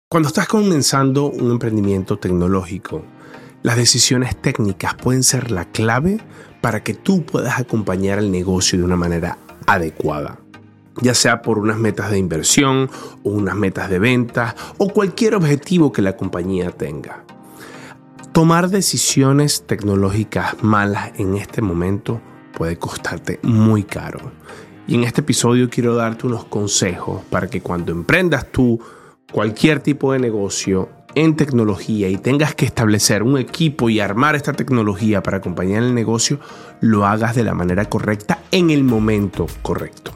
Cuando estás comenzando un emprendimiento tecnológico, las decisiones técnicas pueden ser la clave para que tú puedas acompañar el negocio de una manera adecuada, ya sea por unas metas de inversión o unas metas de ventas o cualquier objetivo que la compañía tenga. Tomar decisiones tecnológicas malas en este momento puede costarte muy caro. Y en este episodio quiero darte unos consejos para que cuando emprendas tú cualquier tipo de negocio en tecnología y tengas que establecer un equipo y armar esta tecnología para acompañar el negocio, lo hagas de la manera correcta en el momento correcto.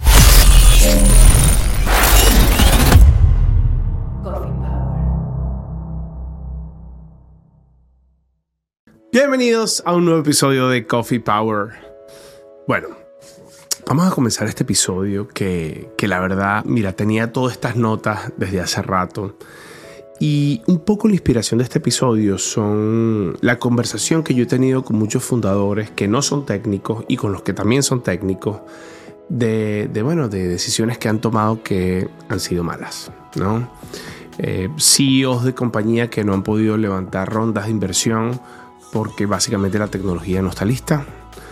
Bienvenidos a un nuevo episodio de Coffee Power. Bueno, vamos a comenzar este episodio que la verdad, mira, tenía todas estas notas desde hace rato. Y un poco la inspiración de este episodio son la conversación que yo he tenido con muchos fundadores que no son técnicos y con los que también son técnicos de decisiones que han tomado que han sido malas, ¿no? CEOs de compañía que no han podido levantar rondas de inversión porque básicamente la tecnología no está lista.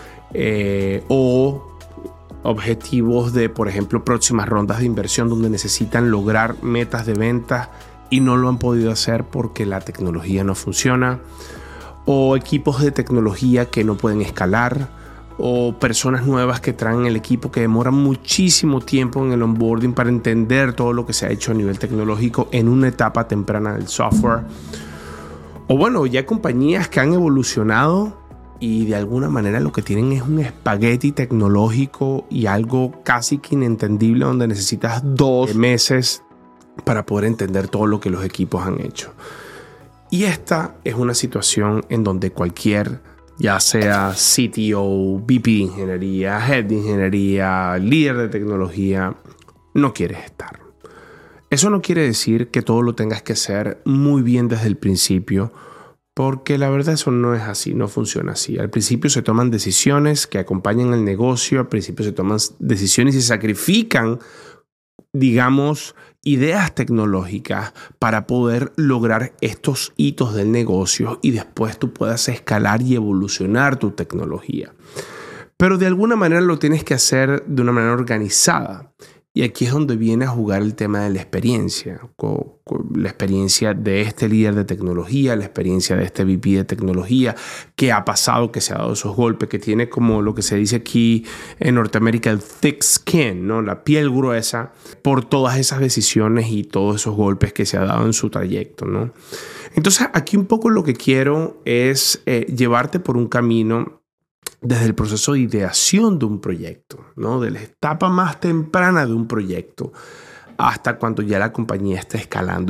O objetivos de, por ejemplo, próximas rondas de inversión donde necesitan lograr metas de ventas y no lo han podido hacer porque la tecnología no funciona. O equipos de tecnología que no pueden escalar. O personas nuevas que traen el equipo que demoran muchísimo tiempo en el onboarding para entender todo lo que se ha hecho a nivel tecnológico en una etapa temprana del software. O bueno, ya compañías que han evolucionado y de alguna manera lo que tienen es un espagueti tecnológico y algo casi que inentendible donde necesitas 2 meses para poder entender todo lo que los equipos han hecho. Y esta es una situación en donde cualquier, ya sea CTO, VP de ingeniería, Head de ingeniería, líder de tecnología, no quieres estar. Eso no quiere decir que todo lo tengas que hacer muy bien desde el principio, porque la verdad eso no es así, no funciona así. Al principio se toman decisiones que acompañan el negocio, al principio se toman decisiones y se sacrifican, digamos, ideas tecnológicas para poder lograr estos hitos del negocio y después tú puedas escalar y evolucionar tu tecnología. Pero de alguna manera lo tienes que hacer de una manera organizada. Y aquí es donde viene a jugar el tema de la experiencia. La experiencia de este líder de tecnología, la experiencia de este VP de tecnología, que ha pasado, que se ha dado esos golpes, que tiene como lo que se dice aquí en Norteamérica el thick skin, ¿no? La piel gruesa por todas esas decisiones y todos esos golpes que se ha dado en su trayecto, ¿no? Entonces aquí un poco lo que quiero es llevarte por un camino desde el proceso de ideación de un proyecto, ¿no? De la etapa más temprana de un proyecto hasta cuando ya la compañía está escalando,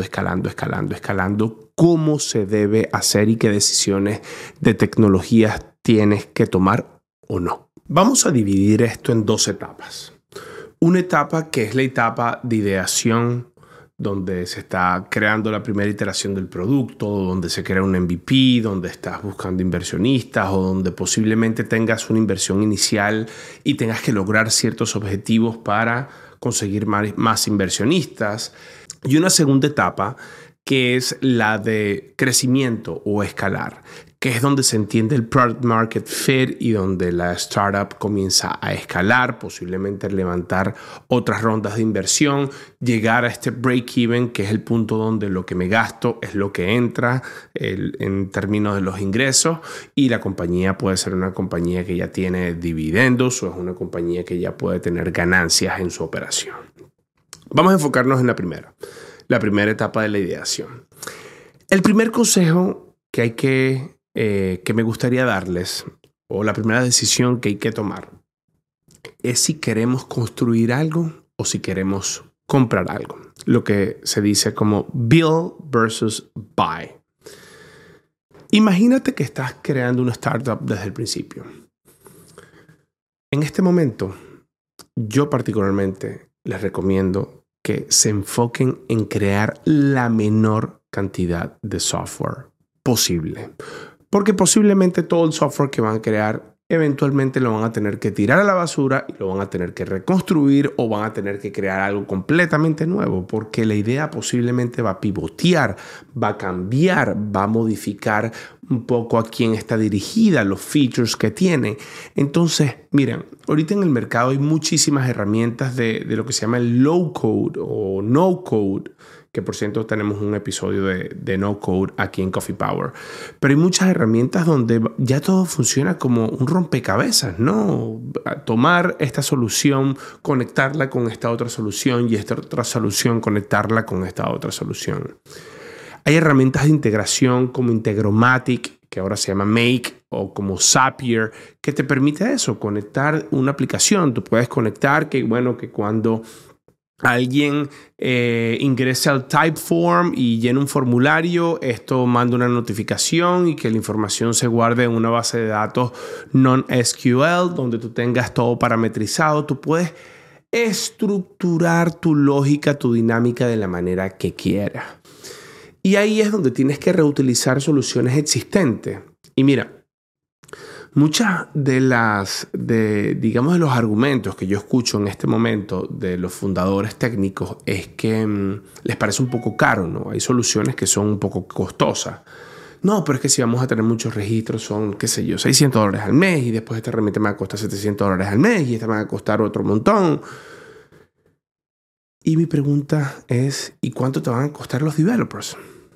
cómo se debe hacer y qué decisiones de tecnologías tienes que tomar o no. Vamos a dividir esto en 2 etapas. Una etapa que es la etapa de ideación, donde se está creando la primera iteración del producto, donde se crea un MVP, donde estás buscando inversionistas o donde posiblemente tengas una inversión inicial y tengas que lograr ciertos objetivos para conseguir más inversionistas. Y una segunda etapa que es la de crecimiento o escalar, que es donde se entiende el product market fit y donde la startup comienza a escalar, posiblemente levantar otras rondas de inversión, llegar a este break-even, que es el punto donde lo que me gasto es lo que entra en términos de los ingresos, y la compañía puede ser una compañía que ya tiene dividendos o es una compañía que ya puede tener ganancias en su operación. Vamos a enfocarnos en la primera etapa de la ideación. El primer consejo que me gustaría darles, o la primera decisión que hay que tomar, es si queremos construir algo o si queremos comprar algo. Lo que se dice como build versus buy. Imagínate que estás creando una startup desde el principio. En este momento, yo particularmente les recomiendo que se enfoquen en crear la menor cantidad de software posible. Porque posiblemente todo el software que van a crear eventualmente lo van a tener que tirar a la basura y lo van a tener que reconstruir o van a tener que crear algo completamente nuevo, porque la idea posiblemente va a pivotear, va a cambiar, va a modificar un poco a quién está dirigida, los features que tiene. Entonces, miren, ahorita en el mercado hay muchísimas herramientas de lo que se llama el low code o no code, que por cierto tenemos un episodio de no code aquí en Coffee Power. Pero hay muchas herramientas donde ya todo funciona como un rompecabezas, ¿no? Tomar esta solución, conectarla con esta otra solución y esta otra solución, conectarla con esta otra solución. Hay herramientas de integración como Integromatic, que ahora se llama Make, o como Zapier, que te permite eso, conectar una aplicación. Tú puedes conectar que cuando alguien ingresa al Typeform y llena un formulario, esto manda una notificación y que la información se guarde en una base de datos non-SQL donde tú tengas todo parametrizado. Tú puedes estructurar tu lógica, tu dinámica de la manera que quieras. Y ahí es donde tienes que reutilizar soluciones existentes. Y mira, muchas de los argumentos que yo escucho en este momento de los fundadores técnicos es que les parece un poco caro, ¿no? Hay soluciones que son un poco costosas. No, pero es que si vamos a tener muchos registros son, qué sé yo, $600 al mes y después esta herramienta me va a costar $700 al mes y esta me va a costar otro montón. Y mi pregunta es, ¿y cuánto te van a costar los developers?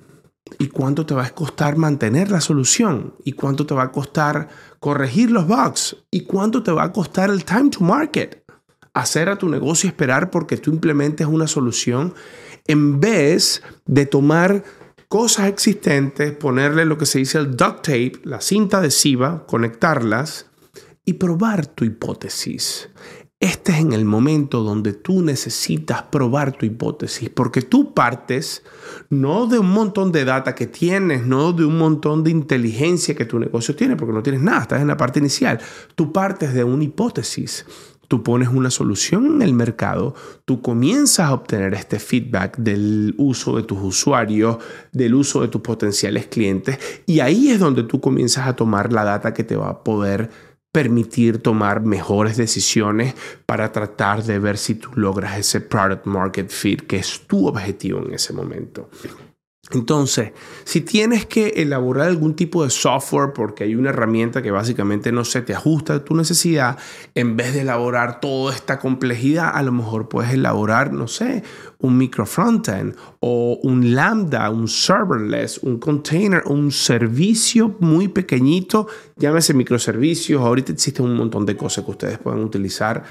¿Y cuánto te va a costar mantener la solución? ¿Y cuánto te va a costar corregir los bugs? ¿Y cuánto te va a costar el time to market? Hacer a tu negocio esperar porque tú implementes una solución en vez de tomar cosas existentes, ponerle lo que se dice el duct tape, la cinta adhesiva, conectarlas y probar tu hipótesis. Este es en el momento donde tú necesitas probar tu hipótesis, porque tú partes no de un montón de data que tienes, no de un montón de inteligencia que tu negocio tiene, porque no tienes nada, estás en la parte inicial. Tú partes de una hipótesis. Tú pones una solución en el mercado, tú comienzas a obtener este feedback del uso de tus usuarios, del uso de tus potenciales clientes, y ahí es donde tú comienzas a tomar la data que te va a poder permitir tomar mejores decisiones para tratar de ver si tú logras ese product market fit que es tu objetivo en ese momento. Entonces, si tienes que elaborar algún tipo de software porque hay una herramienta que básicamente no se te ajusta a tu necesidad, en vez de elaborar toda esta complejidad, a lo mejor puedes elaborar, no sé, un micro frontend o un Lambda, un serverless, un container, un servicio muy pequeñito, llámese microservicios. Ahorita existen un montón de cosas que ustedes pueden utilizar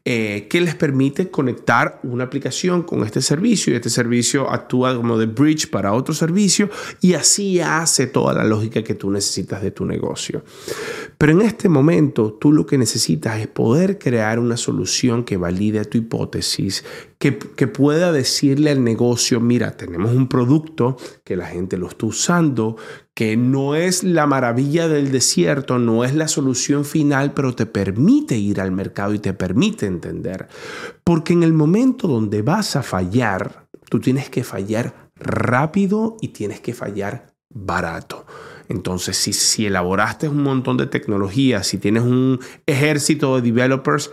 que les permite conectar una aplicación con este servicio y este servicio actúa como de bridge para otro servicio y así hace toda la lógica que tú necesitas de tu negocio. Pero en este momento tú lo que necesitas es poder crear una solución que valide tu hipótesis, que pueda decirle al negocio, mira, tenemos un producto que la gente lo está usando, que no es la maravilla del desierto, no es la solución final, pero te permite ir al mercado y te permite entender. Porque en el momento donde vas a fallar, tú tienes que fallar rápido y tienes que fallar barato. Entonces, si elaboraste un montón de tecnología, si tienes un ejército de developers,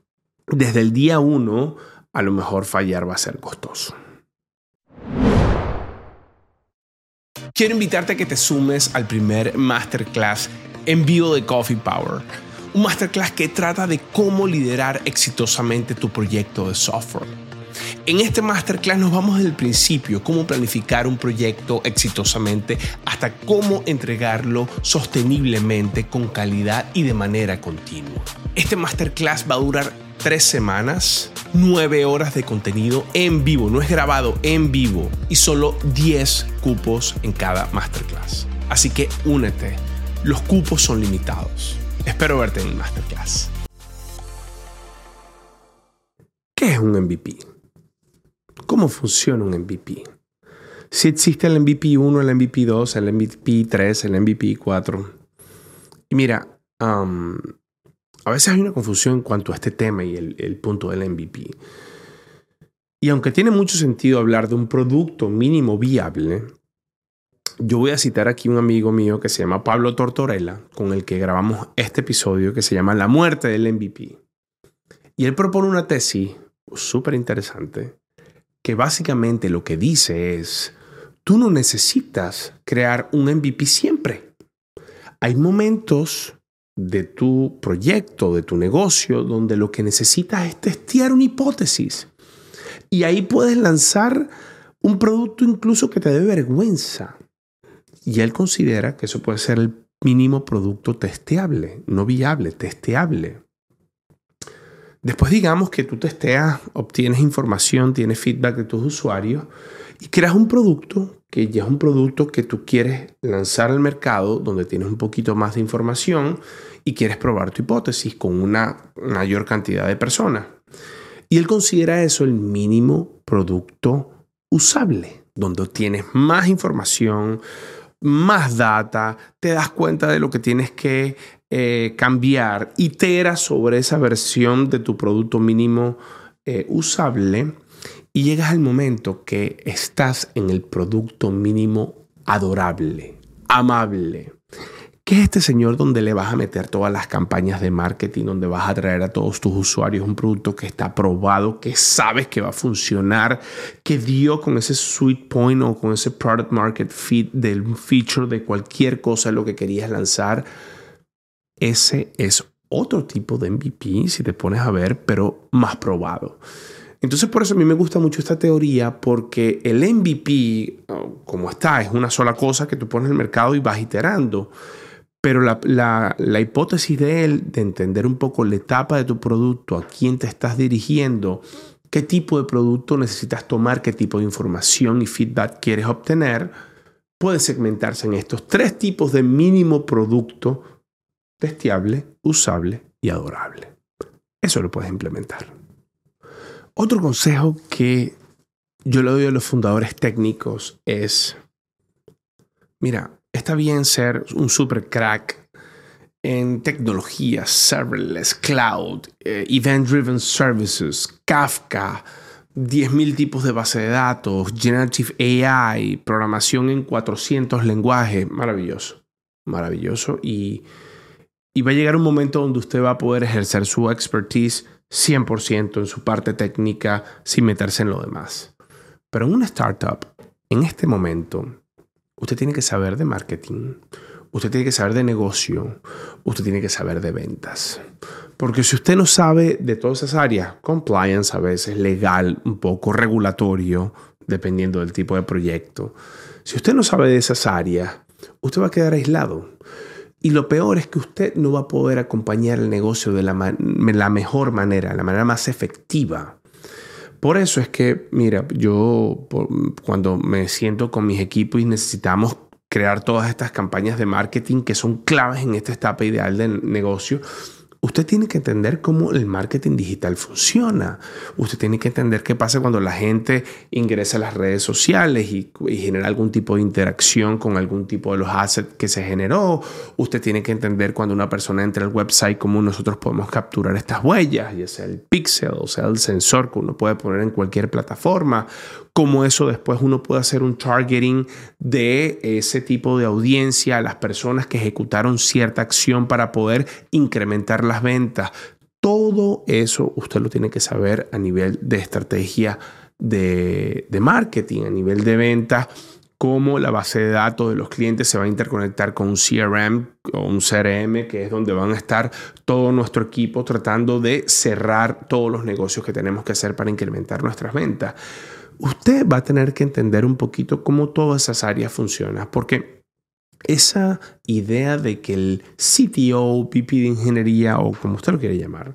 desde el día 1, a lo mejor fallar va a ser costoso. Quiero invitarte a que te sumes al primer masterclass en vivo de Coffee Power. Un masterclass que trata de cómo liderar exitosamente tu proyecto de software. En este masterclass nos vamos desde el principio, cómo planificar un proyecto exitosamente hasta cómo entregarlo sosteniblemente, con calidad y de manera continua. Este masterclass va a durar 3 semanas, 9 horas de contenido en vivo, no es grabado, en vivo, y solo 10 cupos en cada masterclass. Así que únete, los cupos son limitados. Espero verte en el masterclass. ¿Qué es un MVP? ¿Cómo funciona un MVP? Si existe el MVP 1, el MVP 2, el MVP 3, el MVP 4. Y mira, a veces hay una confusión en cuanto a este tema y el punto del MVP. Y aunque tiene mucho sentido hablar de un producto mínimo viable, yo voy a citar aquí un amigo mío que se llama Pablo Tortorella, con el que grabamos este episodio que se llama La muerte del MVP. Y él propone una tesis súper interesante que básicamente lo que dice es: tú no necesitas crear un MVP siempre. Hay momentos de tu proyecto, de tu negocio, donde lo que necesitas es testear una hipótesis. Y ahí puedes lanzar un producto incluso que te dé vergüenza. Y él considera que eso puede ser el mínimo producto testeable, no viable, testeable. Después digamos que tú testeas, obtienes información, tienes feedback de tus usuarios y creas un producto que ya es un producto que tú quieres lanzar al mercado, donde tienes un poquito más de información y quieres probar tu hipótesis con una mayor cantidad de personas. Y él considera eso el mínimo producto usable, donde tienes más información, más data, te das cuenta de lo que tienes que cambiar, iteras sobre esa versión de tu producto mínimo usable y llegas al momento que estás en el producto mínimo adorable, amable. ¿Qué es este señor donde le vas a meter todas las campañas de marketing, donde vas a traer a todos tus usuarios un producto que está probado, que sabes que va a funcionar, que dio con ese sweet point o con ese product market fit del feature de cualquier cosa lo que querías lanzar? Ese es otro tipo de MVP, si te pones a ver, pero más probado. Entonces, por eso a mí me gusta mucho esta teoría, porque el MVP, como está, es una sola cosa que tú pones en el mercado y vas iterando. Pero la hipótesis de él, de entender un poco la etapa de tu producto, a quién te estás dirigiendo, qué tipo de producto necesitas tomar, qué tipo de información y feedback quieres obtener, puede segmentarse en estos 3 tipos de mínimo producto: testeable, usable y adorable. Eso lo puedes implementar. Otro consejo que yo le doy a los fundadores técnicos es: mira, está bien ser un super crack en tecnologías, serverless, cloud, event-driven services, Kafka, 10.000 tipos de base de datos, generative AI, programación en 400 lenguajes. Maravilloso, maravilloso. Y va a llegar un momento donde usted va a poder ejercer su expertise 100% en su parte técnica sin meterse en lo demás. Pero en una startup, en este momento, usted tiene que saber de marketing, usted tiene que saber de negocio, usted tiene que saber de ventas. Porque si usted no sabe de todas esas áreas, compliance a veces, legal, un poco regulatorio, dependiendo del tipo de proyecto, si usted no sabe de esas áreas, usted va a quedar aislado. Y lo peor es que usted no va a poder acompañar el negocio de la mejor manera, la manera más efectiva. Por eso es que, mira, yo cuando me siento con mis equipos y necesitamos crear todas estas campañas de marketing que son claves en esta etapa ideal del negocio, usted tiene que entender cómo el marketing digital funciona. Usted tiene que entender qué pasa cuando la gente ingresa a las redes sociales y genera algún tipo de interacción con algún tipo de los assets que se generó. Usted tiene que entender cuando una persona entra al website cómo nosotros podemos capturar estas huellas, ya sea el pixel o sea el sensor que uno puede poner en cualquier plataforma. Cómo eso después uno puede hacer un targeting de ese tipo de audiencia a las personas que ejecutaron cierta acción para poder incrementar las ventas. Todo eso usted lo tiene que saber a nivel de estrategia de marketing, a nivel de ventas, cómo la base de datos de los clientes se va a interconectar con un CRM o un CRM, que es donde van a estar todo nuestro equipo tratando de cerrar todos los negocios que tenemos que hacer para incrementar nuestras ventas. Usted va a tener que entender un poquito cómo todas esas áreas funcionan, porque esa idea de que el CTO, VP de ingeniería o como usted lo quiere llamar,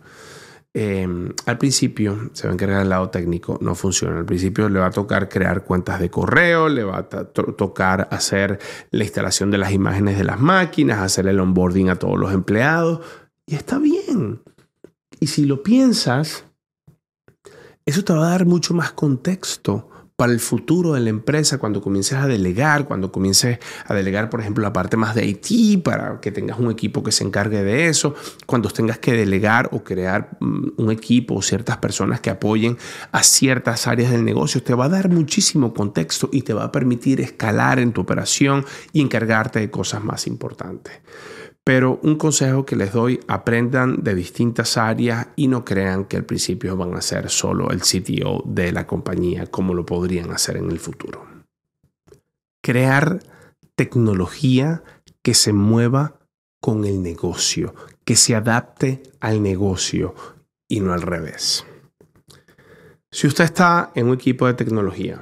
al principio se va a encargar del lado técnico, no funciona. Al principio le va a tocar crear cuentas de correo, le va a tocar hacer la instalación de las imágenes de las máquinas, hacer el onboarding a todos los empleados, y está bien. Y si lo piensas, eso te va a dar mucho más contexto para el futuro de la empresa, cuando comiences a delegar, por ejemplo, la parte más de IT, para que tengas un equipo que se encargue de eso, cuando tengas que delegar o crear un equipo o ciertas personas que apoyen a ciertas áreas del negocio, te va a dar muchísimo contexto y te va a permitir escalar en tu operación y encargarte de cosas más importantes. Pero un consejo que les doy: aprendan de distintas áreas y no crean que al principio van a ser solo el CTO de la compañía, como lo podrían hacer en el futuro. Crear tecnología que se mueva con el negocio, que se adapte al negocio y no al revés. Si usted está en un equipo de tecnología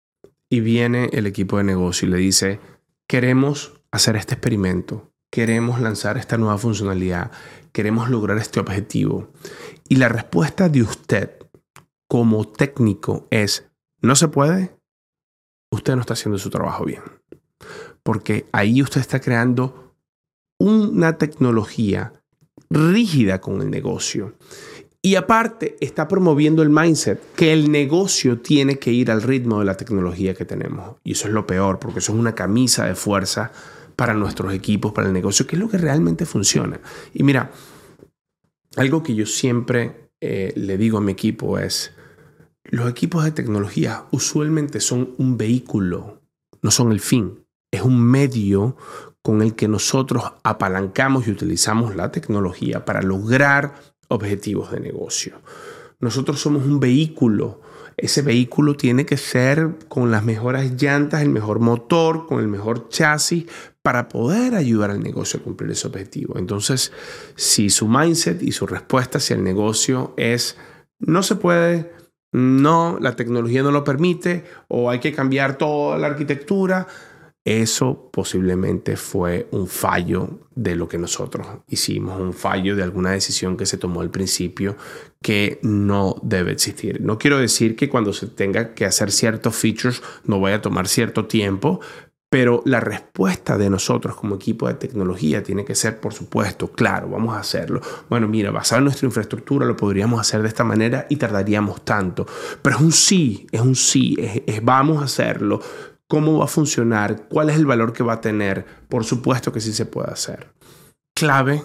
y viene el equipo de negocio y le dice: queremos hacer este experimento, queremos lanzar esta nueva funcionalidad, queremos lograr este objetivo, y la respuesta de usted como técnico es: no se puede, usted no está haciendo su trabajo bien. Porque ahí usted está creando una tecnología rígida con el negocio. Y aparte está promoviendo el mindset que el negocio tiene que ir al ritmo de la tecnología que tenemos. Y eso es lo peor, porque eso es una camisa de fuerza para nuestros equipos, para el negocio, que es lo que realmente funciona. Y mira, algo que yo siempre le digo a mi equipo es: los equipos de tecnología usualmente son un vehículo, no son el fin. Es un medio con el que nosotros apalancamos y utilizamos la tecnología para lograr objetivos de negocio. Nosotros somos un vehículo. Ese vehículo tiene que ser con las mejores llantas, el mejor motor, con el mejor chasis, para poder ayudar al negocio a cumplir ese objetivo. Entonces, si su mindset y su respuesta hacia el negocio es: no se puede, no, la tecnología no lo permite, o hay que cambiar toda la arquitectura, eso posiblemente fue un fallo de lo que nosotros hicimos, un fallo de alguna decisión que se tomó al principio que no debe existir. No quiero decir que cuando se tenga que hacer ciertos features no vaya a tomar cierto tiempo, pero la respuesta de nosotros como equipo de tecnología tiene que ser: por supuesto, claro, vamos a hacerlo. Bueno, mira, basado en nuestra infraestructura lo podríamos hacer de esta manera y tardaríamos tanto. Pero es un sí, es vamos a hacerlo. ¿Cómo va a funcionar? ¿Cuál es el valor que va a tener? Por supuesto que sí se puede hacer. Clave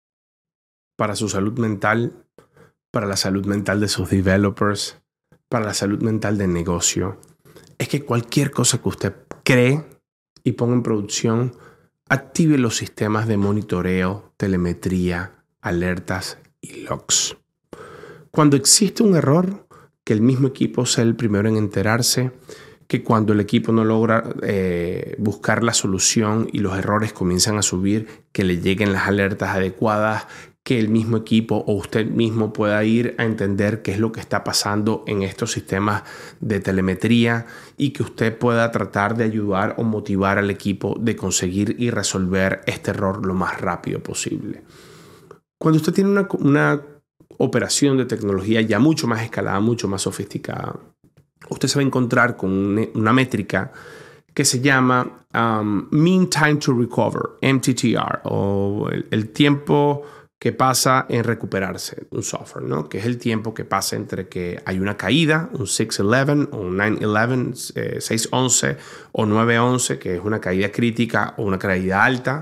para su salud mental, para la salud mental de sus developers, para la salud mental del negocio, es que cualquier cosa que usted cree y ponga en producción, active los sistemas de monitoreo, telemetría, alertas y logs. Cuando existe un error, que el mismo equipo sea el primero en enterarse, que cuando el equipo no logra buscar la solución y los errores comienzan a subir, que le lleguen las alertas adecuadas, que el mismo equipo o usted mismo pueda ir a entender qué es lo que está pasando en estos sistemas de telemetría y que usted pueda tratar de ayudar o motivar al equipo de conseguir y resolver este error lo más rápido posible. Cuando usted tiene una operación de tecnología ya mucho más escalada, mucho más sofisticada, usted se va a encontrar con una métrica que se llama Mean Time to Recover, MTTR, o el tiempo que pasa en recuperarse un software, ¿no? Que es el tiempo que pasa entre que hay una caída, un 611 o un 911, 611 o 911, que es una caída crítica o una caída alta,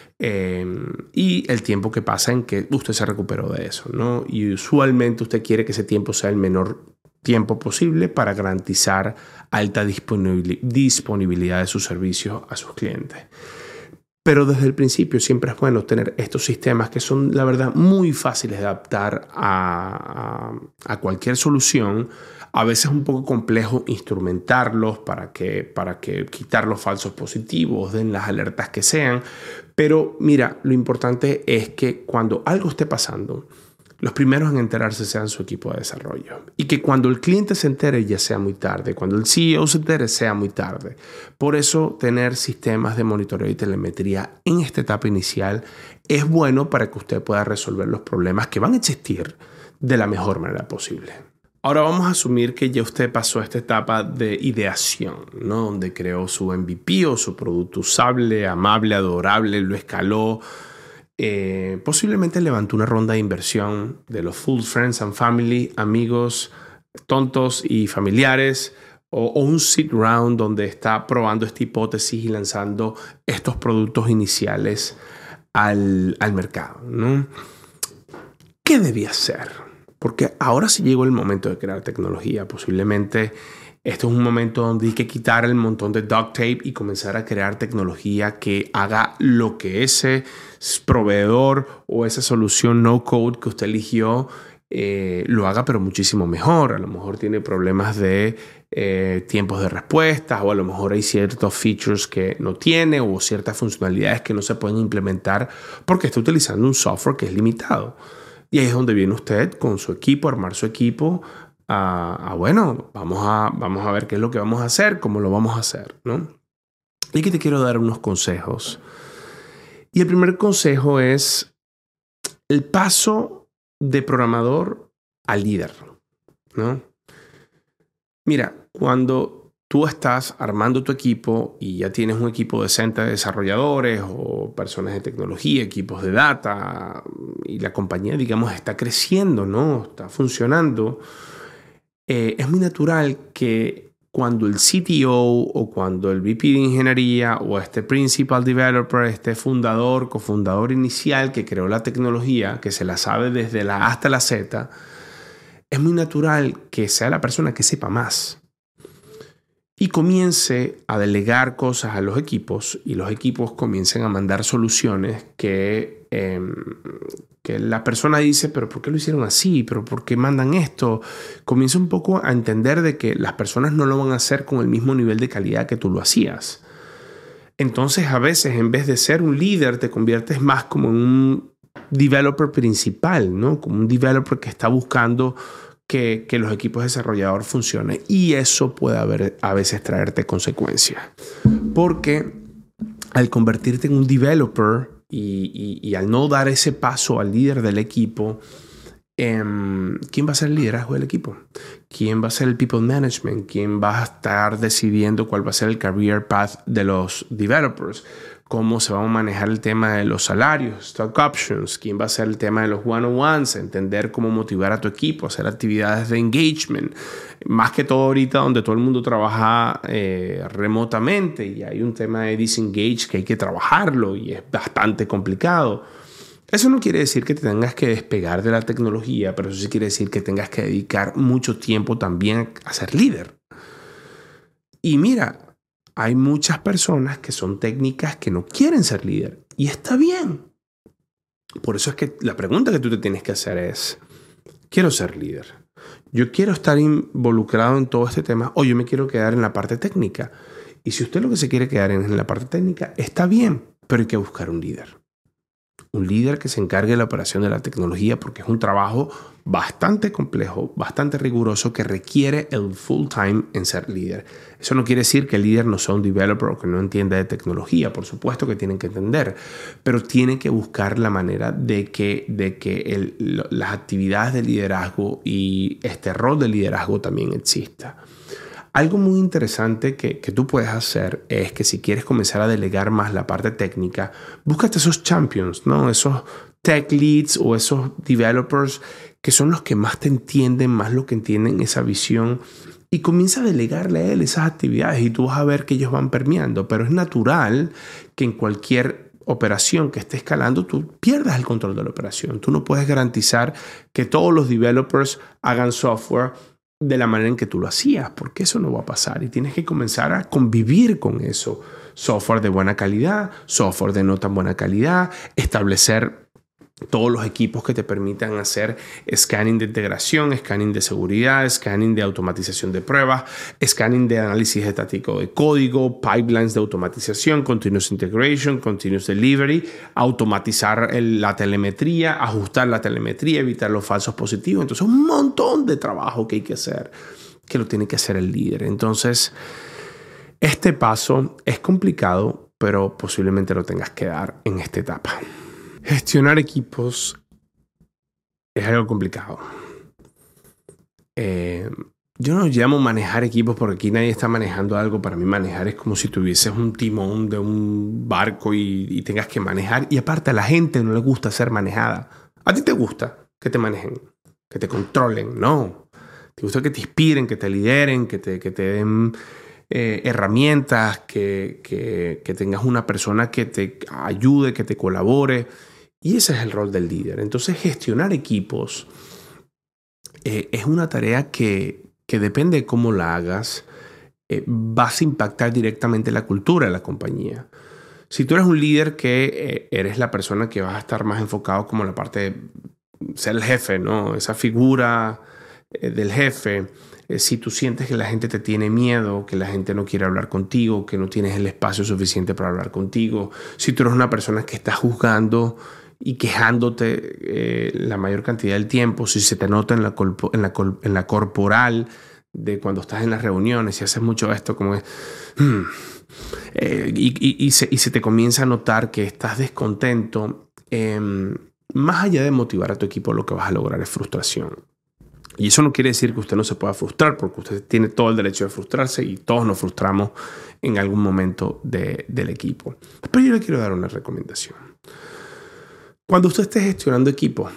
y el tiempo que pasa en que usted se recuperó de eso, ¿no? Y usualmente usted quiere que ese tiempo sea el menor tiempo posible para garantizar alta disponibilidad de sus servicios a sus clientes. Pero desde el principio siempre es bueno tener estos sistemas que son, la verdad, muy fáciles de adaptar a cualquier solución. A veces es un poco complejo instrumentarlos para que quitar los falsos positivos, den las alertas que sean. Pero mira, lo importante es que cuando algo esté pasando, los primeros en enterarse sean su equipo de desarrollo. Y que cuando el cliente se entere ya sea muy tarde. Cuando el CEO se entere sea muy tarde. Por eso tener sistemas de monitoreo y telemetría en esta etapa inicial es bueno para que usted pueda resolver los problemas que van a existir de la mejor manera posible. Ahora vamos a asumir que ya usted pasó esta etapa de ideación, ¿no? Donde creó su MVP o su producto usable, amable, adorable, lo escaló. Posiblemente levantó una ronda de inversión de los full friends and family, amigos tontos y familiares, o un seed round donde está probando esta hipótesis y lanzando estos productos iniciales al mercado, ¿no? ¿Qué debía hacer? Porque ahora sí llegó el momento de crear tecnología. Posiblemente este es un momento donde hay que quitar el montón de duct tape y comenzar a crear tecnología que haga lo que ese proveedor o esa solución no code que usted eligió lo haga, pero muchísimo mejor. A lo mejor tiene problemas de tiempos de respuesta, o a lo mejor hay ciertos features que no tiene o ciertas funcionalidades que no se pueden implementar porque está utilizando un software que es limitado. Y ahí es donde viene usted con su equipo, armar su equipo. Bueno, vamos a ver qué es lo que vamos a hacer, cómo lo vamos a hacer, ¿no? Y aquí te quiero dar unos consejos. Y el primer consejo es el paso de programador a líder, ¿no? Mira, cuando tú estás armando tu equipo y ya tienes un equipo decente de desarrolladores o personas de tecnología, equipos de data, y la compañía, digamos, está creciendo, ¿no? Está funcionando. Es muy natural que cuando el CTO o cuando el VP de ingeniería o este principal developer, este fundador, cofundador inicial que creó la tecnología, que se la sabe desde la A hasta la Z, es muy natural que sea la persona que sepa más y comience a delegar cosas a los equipos, y los equipos comiencen a mandar soluciones que la persona dice, pero ¿por qué lo hicieron así? ¿Pero por qué mandan esto? Comienza un poco a entender de que las personas no lo van a hacer con el mismo nivel de calidad que tú lo hacías. Entonces, a veces, en vez de ser un líder, te conviertes más como en un developer principal, ¿no? Como un developer que está buscando que los equipos de desarrollador funcionen. Y eso puede a veces traerte consecuencias. Porque al convertirte en un developer y al no dar ese paso al líder del equipo, ¿quién va a ser el liderazgo del equipo? ¿Quién va a ser el people management? ¿Quién va a estar decidiendo cuál va a ser el career path de los developers? ¿Cómo se va a manejar el tema de los salarios, stock options? ¿Quién va a ser el tema de los one-on-ones? Entender cómo motivar a tu equipo, hacer actividades de engagement. Más que todo ahorita donde todo el mundo trabaja remotamente y hay un tema de disengage que hay que trabajarlo y es bastante complicado. Eso no quiere decir que te tengas que despegar de la tecnología, pero eso sí quiere decir que tengas que dedicar mucho tiempo también a ser líder. Y mira, hay muchas personas que son técnicas que no quieren ser líder y está bien. Por eso es que la pregunta que tú te tienes que hacer es, ¿quiero ser líder? Yo quiero estar involucrado en todo este tema o yo me quiero quedar en la parte técnica. Y si usted lo que se quiere quedar en la parte técnica, está bien, pero hay que buscar un líder. Un líder que se encargue de la operación de la tecnología, porque es un trabajo bastante complejo, bastante riguroso, que requiere el full time en ser líder. Eso no quiere decir que el líder no sea un developer o que no entienda de tecnología. Por supuesto que tienen que entender, pero tienen que buscar la manera de que las actividades de liderazgo y este rol de liderazgo también exista. Algo muy interesante que tú puedes hacer es que si quieres comenzar a delegar más la parte técnica, búscate esos champions, ¿no? Esos tech leads o esos developers que son los que más te entienden, más lo que entienden esa visión, y comienza a delegarle a él esas actividades y tú vas a ver que ellos van permeando. Pero es natural que en cualquier operación que esté escalando tú pierdas el control de la operación. Tú no puedes garantizar que todos los developers hagan software de la manera en que tú lo hacías, porque eso no va a pasar y tienes que comenzar a convivir con eso. Software de buena calidad, software de no tan buena calidad, establecer todos los equipos que te permitan hacer scanning de integración, scanning de seguridad, scanning de automatización de pruebas, scanning de análisis estático de código, pipelines de automatización, continuous integration, continuous delivery, automatizar la telemetría, ajustar la telemetría, evitar los falsos positivos. Entonces, un montón de trabajo que hay que hacer, que lo tiene que hacer el líder. Entonces, este paso es complicado, pero posiblemente lo tengas que dar en esta etapa. Gestionar equipos es algo complicado. Yo no llamo manejar equipos porque aquí nadie está manejando algo. Para mí manejar es como si tuvieses un timón de un barco y tengas que manejar. Y aparte a la gente no le gusta ser manejada. ¿A ti te gusta que te manejen? Que te controlen. No. Te gusta que te inspiren, que te lideren, que te den herramientas, que tengas una persona que te ayude, que te colabore. Y ese es el rol del líder. Entonces, gestionar equipos es una tarea que depende de cómo la hagas, vas a impactar directamente la cultura de la compañía. Si tú eres un líder que eres la persona que vas a estar más enfocado como en la parte de ser el jefe, ¿no? Esa figura del jefe. Si tú sientes que la gente te tiene miedo, que la gente no quiere hablar contigo, que no tienes el espacio suficiente para hablar contigo. Si tú eres una persona que está juzgando y quejándote la mayor cantidad del tiempo, si se te nota en la corporal de cuando estás en las reuniones, si haces mucho esto, como es... y se te comienza a notar que estás descontento, más allá de motivar a tu equipo, lo que vas a lograr es frustración. Y eso no quiere decir que usted no se pueda frustrar, porque usted tiene todo el derecho de frustrarse y todos nos frustramos en algún momento del equipo. Pero yo le quiero dar una recomendación. Cuando usted esté gestionando equipos,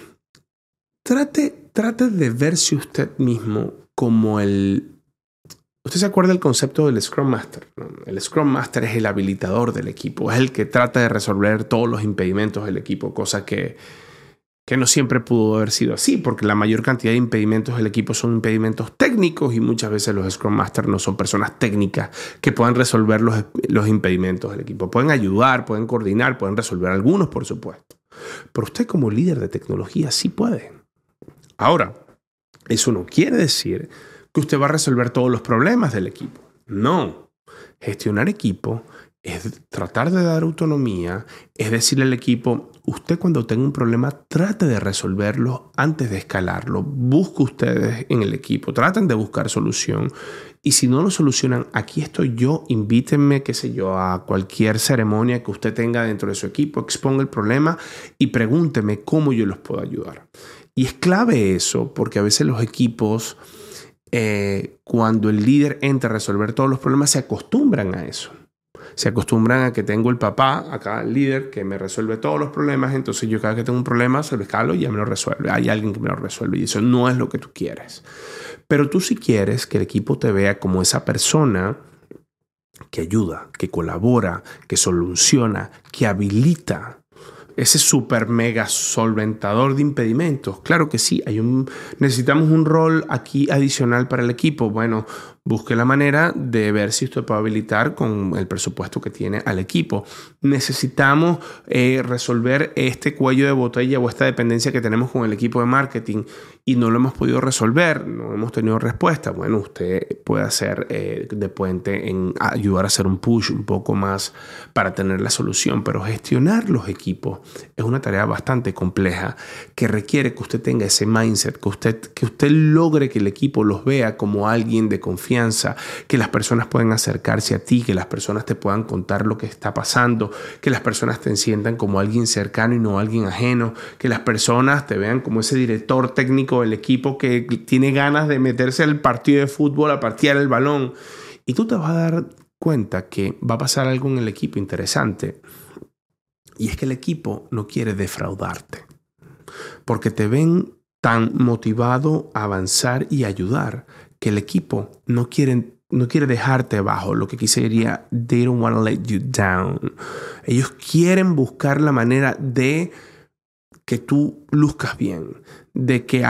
trate de verse usted mismo como el... ¿Usted se acuerda del concepto del Scrum Master? ¿No? El Scrum Master es el habilitador del equipo, es el que trata de resolver todos los impedimentos del equipo, cosa que no siempre pudo haber sido así, porque la mayor cantidad de impedimentos del equipo son impedimentos técnicos y muchas veces los Scrum Masters no son personas técnicas que puedan resolver los impedimentos del equipo. Pueden ayudar, pueden coordinar, pueden resolver algunos, por supuesto. Pero usted como líder de tecnología sí puede. Ahora, eso no quiere decir que usted va a resolver todos los problemas del equipo. No. Gestionar equipo es tratar de dar autonomía, es decirle al equipo, usted cuando tenga un problema trate de resolverlo antes de escalarlo. Busque ustedes en el equipo, traten de buscar solución. Y si no lo solucionan, aquí estoy yo, invítenme, qué sé yo, a cualquier ceremonia que usted tenga dentro de su equipo, exponga el problema y pregúnteme cómo yo los puedo ayudar. Y es clave eso, porque a veces los equipos, cuando el líder entra a resolver todos los problemas, se acostumbran a eso. Se acostumbran a que tengo el papá, acá el líder, que me resuelve todos los problemas. Entonces yo cada vez que tengo un problema se lo escalo y ya me lo resuelve. Hay alguien que me lo resuelve y eso no es lo que tú quieres. Pero tú sí quieres que el equipo te vea como esa persona que ayuda, que colabora, que soluciona, que habilita. Ese super mega solventador de impedimentos. Claro que sí, necesitamos un rol aquí adicional para el equipo. Bueno, busque la manera de ver si usted puede habilitar con el presupuesto que tiene al equipo. Necesitamos resolver este cuello de botella o esta dependencia que tenemos con el equipo de marketing y no lo hemos podido resolver, no hemos tenido respuesta. Bueno, usted puede hacer de puente en ayudar a hacer un push un poco más para tener la solución, pero gestionar los equipos es una tarea bastante compleja que requiere que usted tenga ese mindset, que usted logre que el equipo los vea como alguien de confianza, que las personas pueden acercarse a ti, que las personas te puedan contar lo que está pasando, que las personas te sientan como alguien cercano y no alguien ajeno, que las personas te vean como ese director técnico del equipo que tiene ganas de meterse al partido de fútbol, a patear el balón. Y tú te vas a dar cuenta que va a pasar algo en el equipo interesante. Y es que el equipo no quiere defraudarte, porque te ven tan motivado a avanzar y ayudar que el equipo no quiere dejarte abajo. Lo que quisiera, they don't want to let you down. Ellos quieren buscar la manera de que tú luzcas bien, de que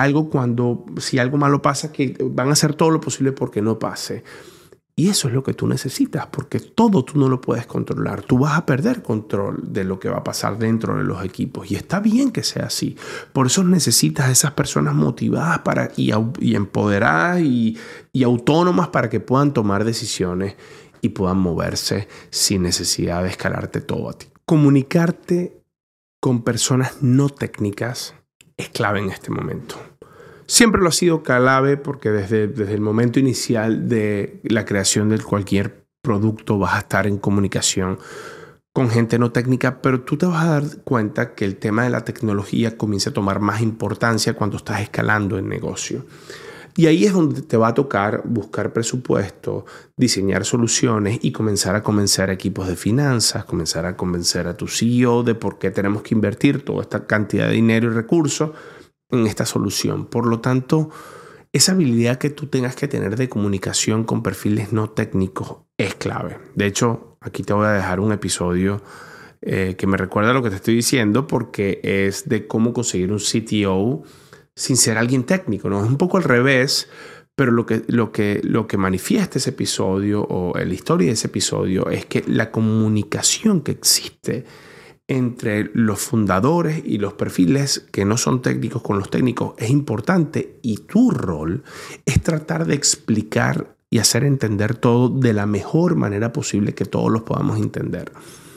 si algo malo pasa, que van a hacer todo lo posible porque no pase. Y eso es lo que tú necesitas, porque todo tú no lo puedes controlar. Tú vas a perder control de lo que va a pasar dentro de los equipos. Y está bien que sea así. Por eso necesitas a esas personas motivadas y empoderadas y autónomas para que puedan tomar decisiones y puedan moverse sin necesidad de escalarte todo a ti. Comunicarte con personas no técnicas es clave en este momento. Siempre lo ha sido clave porque desde el momento inicial de la creación de cualquier producto vas a estar en comunicación con gente no técnica, pero tú te vas a dar cuenta que el tema de la tecnología comienza a tomar más importancia cuando estás escalando el negocio. Y ahí es donde te va a tocar buscar presupuesto, diseñar soluciones y comenzar a convencer a equipos de finanzas, comenzar a convencer a tu CEO de por qué tenemos que invertir toda esta cantidad de dinero y recursos en esta solución. Por lo tanto, esa habilidad que tú tengas que tener de comunicación con perfiles no técnicos es clave. De hecho, aquí te voy a dejar un episodio que me recuerda lo que te estoy diciendo, porque es de cómo conseguir un CTO sin ser alguien técnico, ¿no? Es un poco al revés, pero lo que manifiesta ese episodio o la historia de ese episodio es que la comunicación que existe entre los fundadores y los perfiles que no son técnicos con los técnicos es importante, y tu rol es tratar de explicar y hacer entender todo de la mejor manera posible que todos los podamos entender.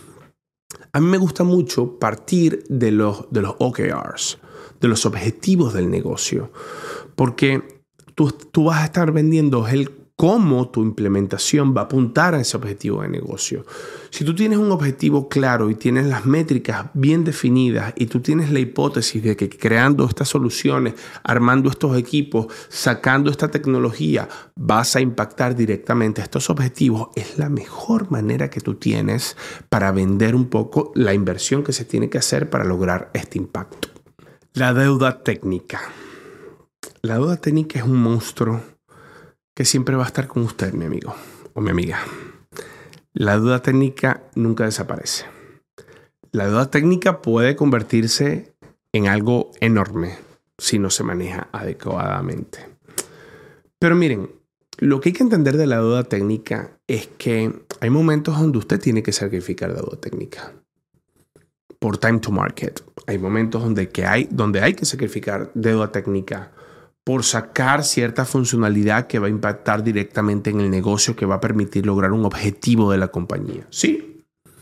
A mí me gusta mucho partir de los OKRs, de los objetivos del negocio, porque tú vas a estar vendiendo el cómo tu implementación va a apuntar a ese objetivo de negocio. Si tú tienes un objetivo claro y tienes las métricas bien definidas y tú tienes la hipótesis de que creando estas soluciones, armando estos equipos, sacando esta tecnología, vas a impactar directamente a estos objetivos, es la mejor manera que tú tienes para vender un poco la inversión que se tiene que hacer para lograr este impacto. La deuda técnica. La deuda técnica es un monstruo que siempre va a estar con usted, mi amigo o mi amiga. La deuda técnica nunca desaparece. La deuda técnica puede convertirse en algo enorme si no se maneja adecuadamente. Pero miren, lo que hay que entender de la deuda técnica es que hay momentos donde usted tiene que sacrificar deuda técnica por time to market. Hay momentos donde hay que sacrificar deuda técnica por sacar cierta funcionalidad que va a impactar directamente en el negocio, que va a permitir lograr un objetivo de la compañía. Sí.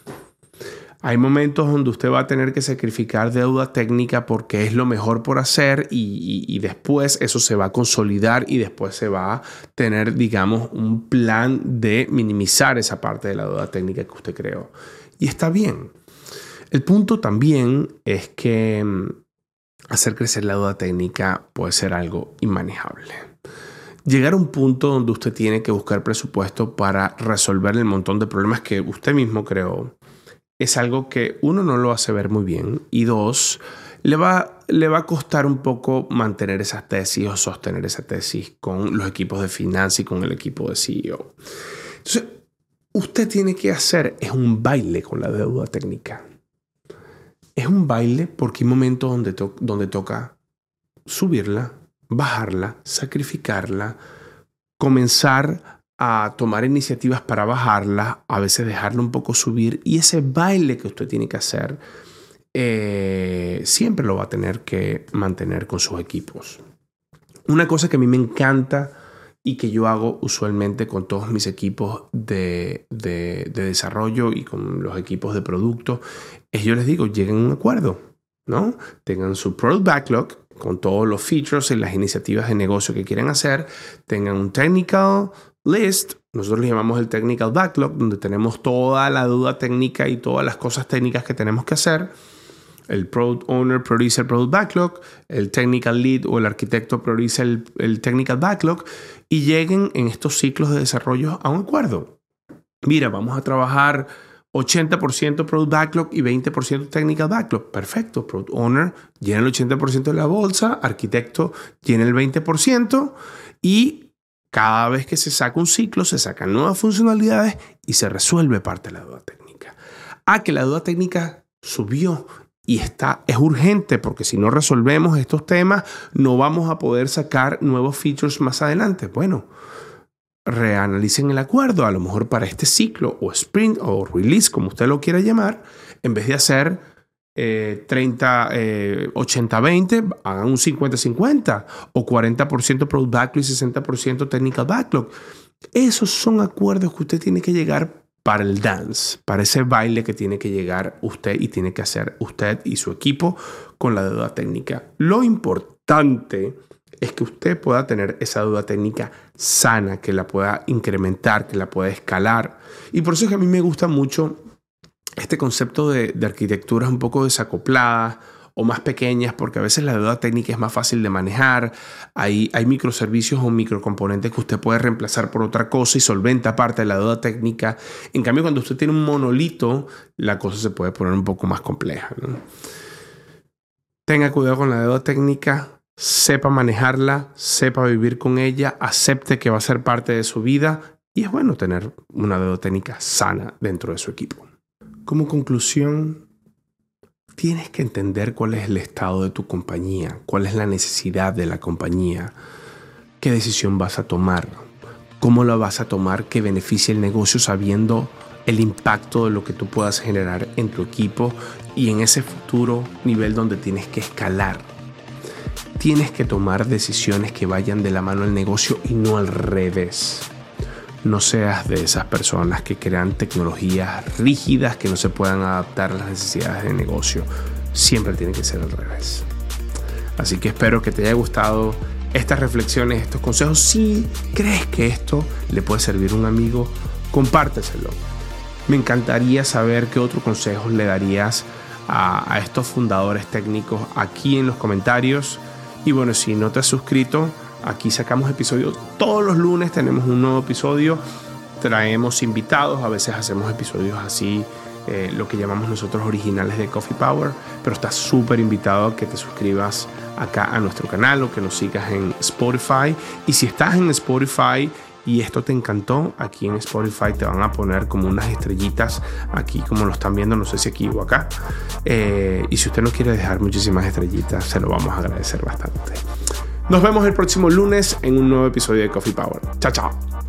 Hay momentos donde usted va a tener que sacrificar deuda técnica porque es lo mejor por hacer, y después eso se va a consolidar y después se va a tener, digamos, un plan de minimizar esa parte de la deuda técnica que usted creó. Y está bien. El punto también es que hacer crecer la deuda técnica puede ser algo inmanejable. Llegar a un punto donde usted tiene que buscar presupuesto para resolver el montón de problemas que usted mismo creó es algo que, uno, no lo hace ver muy bien, y dos, le va a costar un poco mantener esas tesis o sostener esa tesis con los equipos de finanzas y con el equipo de CEO. Entonces, usted tiene que hacer un baile con la deuda técnica. Es un baile porque hay momentos donde toca subirla, bajarla, sacrificarla, comenzar a tomar iniciativas para bajarla, a veces dejarla un poco subir, y ese baile que usted tiene que hacer siempre lo va a tener que mantener con sus equipos. Una cosa que a mí me encanta y que yo hago usualmente con todos mis equipos de desarrollo y con los equipos de producto es, yo les digo, lleguen a un acuerdo, ¿no? Tengan su product backlog con todos los features y las iniciativas de negocio que quieren hacer. Tengan un technical list, nosotros le llamamos el technical backlog, donde tenemos toda la duda técnica y todas las cosas técnicas que tenemos que hacer. El product owner prioriza el product backlog, el technical lead o el arquitecto prioriza el technical backlog, y lleguen en estos ciclos de desarrollo a un acuerdo. Mira, vamos a trabajar 80% product backlog y 20% technical backlog. Perfecto. Product owner llena el 80% de la bolsa, arquitecto llena el 20%, y cada vez que se saca un ciclo se sacan nuevas funcionalidades y se resuelve parte de la deuda técnica. Que la deuda técnica subió y es urgente, porque si no resolvemos estos temas no vamos a poder sacar nuevos features más adelante. Bueno, reanalicen el acuerdo, a lo mejor para este ciclo o sprint o release, como usted lo quiera llamar, en vez de hacer 80-20, hagan un 50-50 o 40% product backlog y 60% technical backlog. Esos son acuerdos que usted tiene que llegar para el dance, para ese baile que tiene que llegar usted y tiene que hacer usted y su equipo con la deuda técnica. Lo importante es que usted pueda tener esa deuda técnica sana, que la pueda incrementar, que la pueda escalar. Y por eso es que a mí me gusta mucho este concepto de arquitecturas un poco desacopladas o más pequeñas, porque a veces la deuda técnica es más fácil de manejar. Hay microservicios o microcomponentes que usted puede reemplazar por otra cosa y solventa parte de la deuda técnica. En cambio, cuando usted tiene un monolito, la cosa se puede poner un poco más compleja, ¿no? Tenga cuidado con la deuda técnica, sepa manejarla, sepa vivir con ella, acepte que va a ser parte de su vida y es bueno tener una deuda técnica sana dentro de su equipo. Como conclusión, tienes que entender cuál es el estado de tu compañía, cuál es la necesidad de la compañía, qué decisión vas a tomar, cómo la vas a tomar que beneficie el negocio sabiendo el impacto de lo que tú puedas generar en tu equipo y en ese futuro nivel donde tienes que escalar. Tienes que tomar decisiones que vayan de la mano al negocio y no al revés. No seas de esas personas que crean tecnologías rígidas que no se puedan adaptar a las necesidades del negocio. Siempre tiene que ser al revés. Así que espero que te haya gustado estas reflexiones, estos consejos. Si crees que esto le puede servir a un amigo, compárteselo. Me encantaría saber qué otro consejo le darías a estos fundadores técnicos aquí en los comentarios. Y bueno, si no te has suscrito, aquí sacamos episodios todos los lunes, tenemos un nuevo episodio, traemos invitados, a veces hacemos episodios así, lo que llamamos nosotros originales de Coffee Power, pero estás súper invitado a que te suscribas acá a nuestro canal o que nos sigas en Spotify. Y si estás en Spotify y esto te encantó, aquí en Spotify te van a poner como unas estrellitas aquí como lo están viendo, no sé si aquí o acá, y si usted no quiere dejar muchísimas estrellitas, se lo vamos a agradecer bastante. Nos vemos el próximo lunes en un nuevo episodio de Coffee Power. Chao, chao.